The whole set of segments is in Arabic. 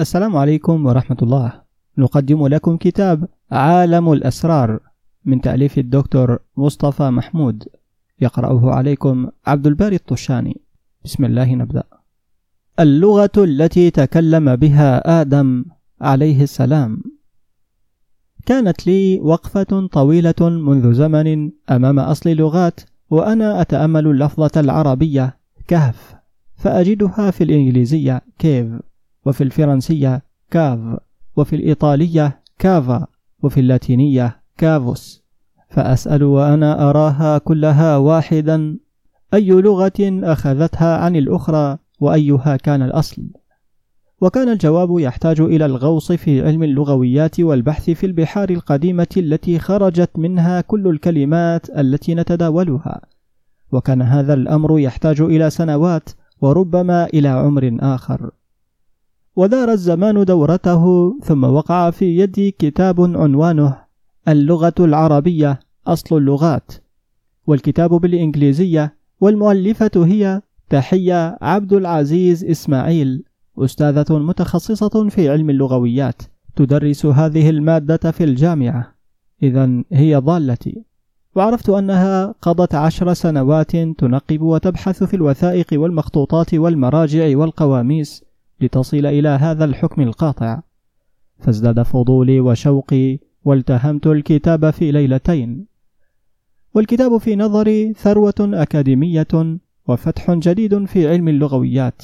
السلام عليكم ورحمة الله. نقدم لكم كتاب عالم الأسرار من تأليف الدكتور مصطفى محمود، يقرأه عليكم عبد الباري الطشاني. بسم الله نبدأ. اللغة التي تكلم بها آدم عليه السلام. كانت لي وقفة طويلة منذ زمن أمام أصل لغات وأنا أتأمل اللفظة العربية كهف، فأجدها في الإنجليزية كيف، وفي الفرنسية كاف، وفي الإيطالية كافا، وفي اللاتينية كافوس، فأسأل وأنا أراها كلها واحدا أي لغة أخذتها عن الأخرى وأيها كان الأصل؟ وكان الجواب يحتاج إلى الغوص في علم اللغويات والبحث في البحار القديمة التي خرجت منها كل الكلمات التي نتداولها، وكان هذا الأمر يحتاج إلى سنوات وربما إلى عمر آخر. ودار الزمان دورته، ثم وقع في يدي كتاب عنوانه اللغة العربية أصل اللغات، والكتاب بالإنجليزية، والمؤلفة هي تحية عبد العزيز إسماعيل، أستاذة متخصصة في علم اللغويات تدرس هذه المادة في الجامعة، إذن هي ضالتي. وعرفت أنها قضت 10 سنوات تنقب وتبحث في الوثائق والمخطوطات والمراجع والقواميس لتصل إلى هذا الحكم القاطع، فازداد فضولي وشوقي والتهمت الكتاب في ليلتين. والكتاب في نظري ثروة أكاديمية وفتح جديد في علم اللغويات،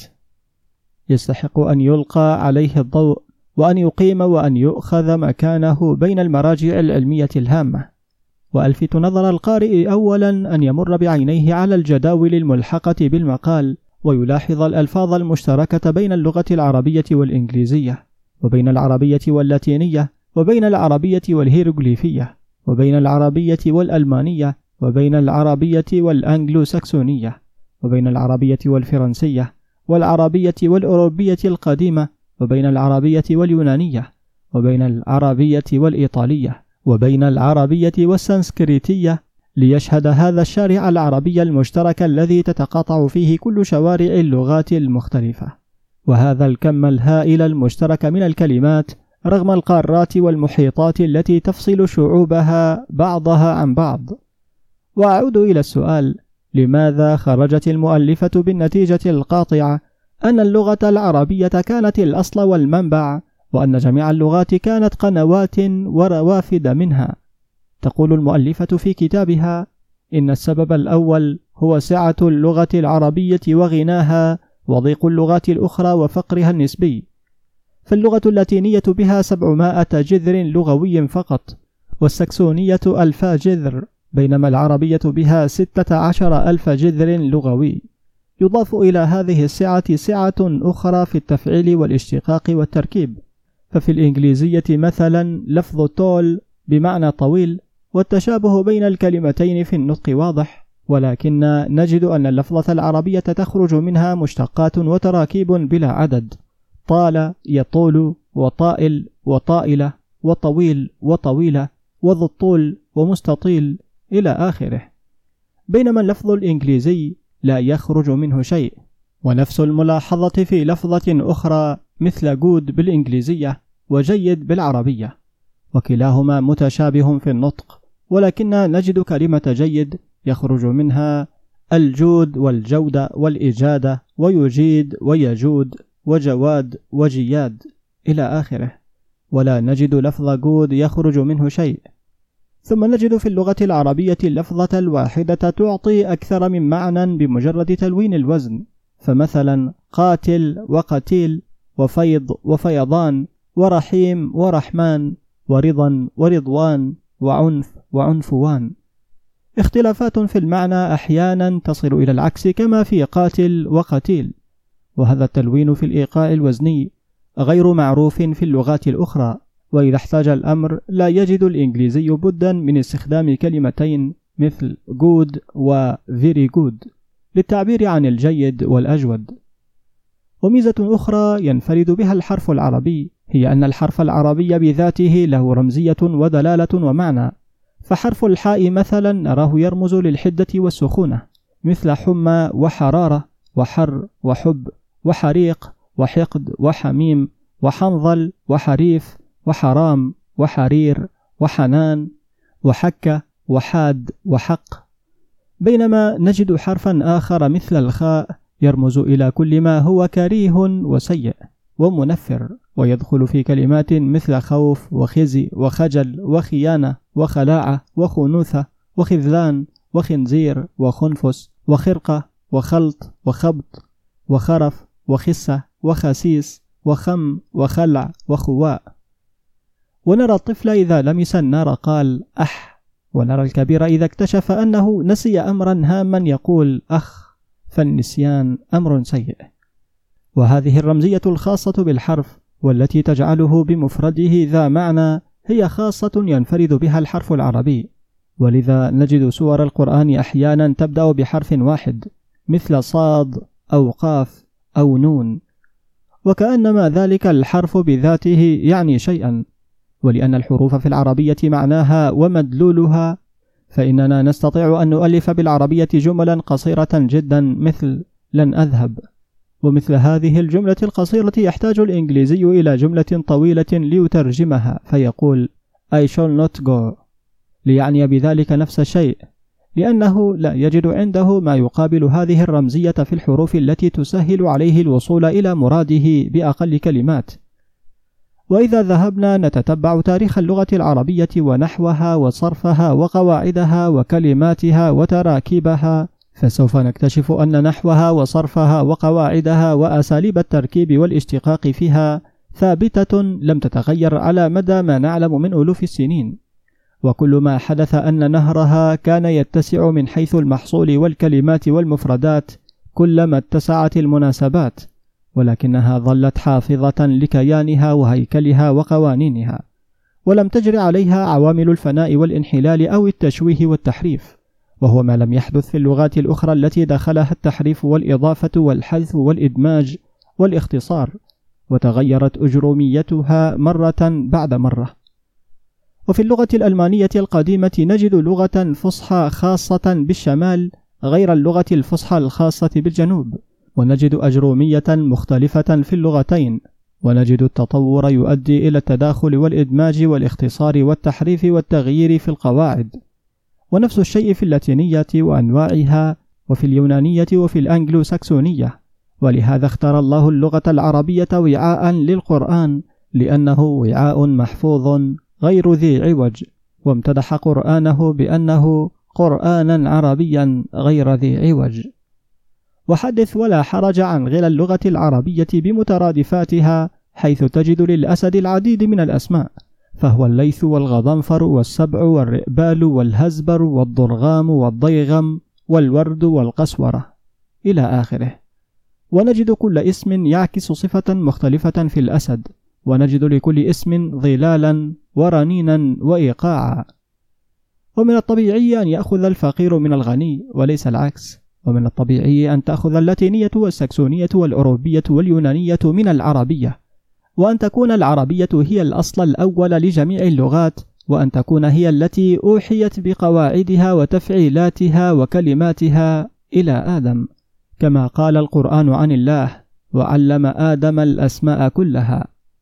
يستحق أن يلقى عليه الضوء وأن يقيم وأن يؤخذ مكانه بين المراجع العلمية الهامة. وألفت نظر القارئ أولا أن يمر بعينيه على الجداول الملحقة بالمقال، ويلاحظ الألفاظ المشتركة بين اللغة العربية والإنجليزية، وبين العربية واللاتينية، وبين العربية والهيروغليفية، وبين العربية والألمانية، وبين العربية والأنجلو ساكسونية، وبين العربية والفرنسية، والعربية والأوروبية القديمة، وبين العربية واليونانية، وبين العربية والإيطالية، وبين العربية والسنسكريتية، ليشهد هذا الشارع العربي المشترك الذي تتقاطع فيه كل شوارع اللغات المختلفة، وهذا الكم الهائل المشترك من الكلمات رغم القارات والمحيطات التي تفصل شعوبها بعضها عن بعض. وأعود إلى السؤال: لماذا خرجت المؤلفة بالنتيجة القاطعة أن اللغة العربية كانت الأصل والمنبع، وأن جميع اللغات كانت قنوات وروافد منها؟ تقول المؤلفة في كتابها: إن السبب الأول هو سعة اللغة العربية وغناها، وضيق اللغات الأخرى وفقرها النسبي. فاللغة اللاتينية بها 700 جذر لغوي فقط، والسكسونية 1000 جذر، بينما العربية بها 16,000 جذر لغوي. يضاف إلى هذه السعة سعة أخرى في التفعيل والاشتقاق والتركيب، ففي الإنجليزية مثلا لفظ تول بمعنى طويل، والتشابه بين الكلمتين في النطق واضح، ولكن نجد أن اللفظة العربية تخرج منها مشتقات وتراكيب بلا عدد: طال يطول، وطائل وطائلة، وطويل وطويلة، وذو الطول ومستطيل إلى آخره. بينما اللفظ الإنجليزي لا يخرج منه شيء، ونفس الملاحظة في لفظة أخرى مثل جود بالإنجليزية وجيد بالعربية، وكلاهما متشابه في النطق، ولكن نجد كلمة جيد يخرج منها الجود والجودة والإجادة، ويجيد ويجود وجواد وجياد إلى آخره، ولا نجد لفظ جود يخرج منه شيء. ثم نجد في اللغة العربية اللفظة الواحدة تعطي أكثر من معنى بمجرد تلوين الوزن، فمثلا قاتل وقتيل، وفيض وفيضان، ورحيم ورحمن، ورضا ورضوان، وعنف وعنفوان. اختلافات في المعنى أحيانا تصل إلى العكس، كما في قاتل وقتيل. وهذا التلوين في الإيقاع الوزني غير معروف في اللغات الأخرى، وإذا احتاج الأمر لا يجد الإنجليزي بدا من استخدام كلمتين مثل good و very good للتعبير عن الجيد والأجود. وميزة أخرى ينفرد بها الحرف العربي هي أن الحرف العربي بذاته له رمزية ودلالة ومعنى، فحرف الحاء مثلا نراه يرمز للحدة والسخونة، مثل حمى وحرارة وحر وحب وحريق وحقد وحميم وحنظل وحريف وحرام وحرير وحنان وحكة وحاد وحق، بينما نجد حرفا آخر مثل الخاء يرمز إلى كل ما هو كريه وسيء ومنفر، ويدخل في كلمات مثل خوف وخزي وخجل وخيانة وخلاعة وخنوثة وخذلان وخنزير وخنفس وخرقة وخلط وخبط وخرف وخسة وخسيس وخم وخلع وخواء. ونرى الطفل إذا لمس النار قال أح، ونرى الكبير إذا اكتشف أنه نسي أمرا هاما يقول أخ، فالنسيان أمر سيء. وهذه الرمزية الخاصة بالحرف والتي تجعله بمفرده ذا معنى هي خاصة ينفرد بها الحرف العربي، ولذا نجد سور القرآن أحيانا تبدأ بحرف واحد مثل صاد أو قاف أو نون، وكأنما ذلك الحرف بذاته يعني شيئا. ولأن الحروف في العربية معناها ومدلولها، فإننا نستطيع أن نؤلف بالعربية جملا قصيرة جدا مثل لن أذهب، ومثل هذه الجملة القصيرة يحتاج الإنجليزي إلى جملة طويلة ليترجمها فيقول I shall not go، ليعني بذلك نفس الشيء، لأنه لا يجد عنده ما يقابل هذه الرمزية في الحروف التي تسهل عليه الوصول إلى مراده بأقل كلمات. وإذا ذهبنا نتتبع تاريخ اللغة العربية ونحوها وصرفها وقواعدها وكلماتها وتراكيبها، فسوف نكتشف أن نحوها وصرفها وقواعدها وأساليب التركيب والاشتقاق فيها ثابتة لم تتغير على مدى ما نعلم من ألوف السنين، وكل ما حدث أن نهرها كان يتسع من حيث المحصول والكلمات والمفردات كلما اتسعت المناسبات، ولكنها ظلت حافظة لكيانها وهيكلها وقوانينها، ولم تجر عليها عوامل الفناء والانحلال أو التشويه والتحريف، وهو ما لم يحدث في اللغات الأخرى التي دخلها التحريف والإضافة والحذف والإدماج والاختصار، وتغيرت أجروميتها مرة بعد مرة. وفي اللغة الألمانية القديمة نجد لغة فصحى خاصة بالشمال غير اللغة الفصحى الخاصة بالجنوب، ونجد أجرومية مختلفة في اللغتين، ونجد التطور يؤدي إلى التداخل والإدماج والاختصار والتحريف والتغيير في القواعد. ونفس الشيء في اللاتينية وأنواعها، وفي اليونانية وفي الأنجلو ساكسونية. ولهذا اختار الله اللغة العربية وعاء للقرآن، لأنه وعاء محفوظ غير ذي عوج، وامتدح قرآنه بأنه قرآنا عربيا غير ذي عوج. وحدث ولا حرج عن غير اللغة العربية بمترادفاتها، حيث تجد للأسد العديد من الأسماء، فهو الليث والغضنفر والسبع والرئبال والهزبر والضرغام والضيغم والورد والقسورة إلى آخره. ونجد كل اسم يعكس صفة مختلفة في الأسد، ونجد لكل اسم ظلالا ورنينا وإيقاعا. ومن الطبيعي أن يأخذ الفقير من الغني وليس العكس، ومن الطبيعي أن تأخذ اللاتينية والساكسونية والأوروبية واليونانية من العربية، وأن تكون العربية هي الأصل الأول لجميع اللغات، وأن تكون هي التي أوحيت بقواعدها وتفعيلاتها وكلماتها إلى آدم، كما قال القرآن عن الله: وعلم آدم الأسماء كلها.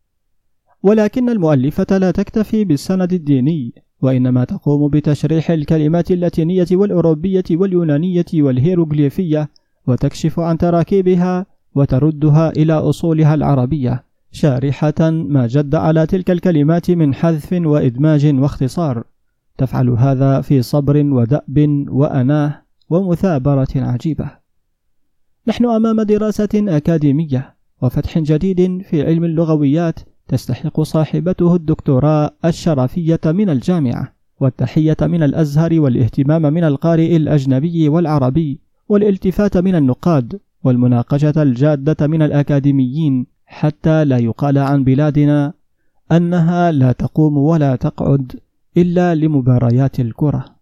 ولكن المؤلفة لا تكتفي بالسند الديني، وإنما تقوم بتشريح الكلمات اللاتينية والأوروبية واليونانية والهيروغليفية، وتكشف عن تراكيبها وتردها إلى أصولها العربية، شارحة ما جد على تلك الكلمات من حذف وإدماج واختصار. تفعل هذا في صبر ودأب وأناه ومثابرة عجيبة. نحن أمام دراسة أكاديمية وفتح جديد في علم اللغويات تستحق صاحبته الدكتوراه الشرفية من الجامعة، والتحية من الأزهر، والاهتمام من القارئ الأجنبي والعربي، والالتفات من النقاد، والمناقشة الجادة من الأكاديميين، حتى لا يقال عن بلادنا أنها لا تقوم ولا تقعد إلا لمباريات الكرة.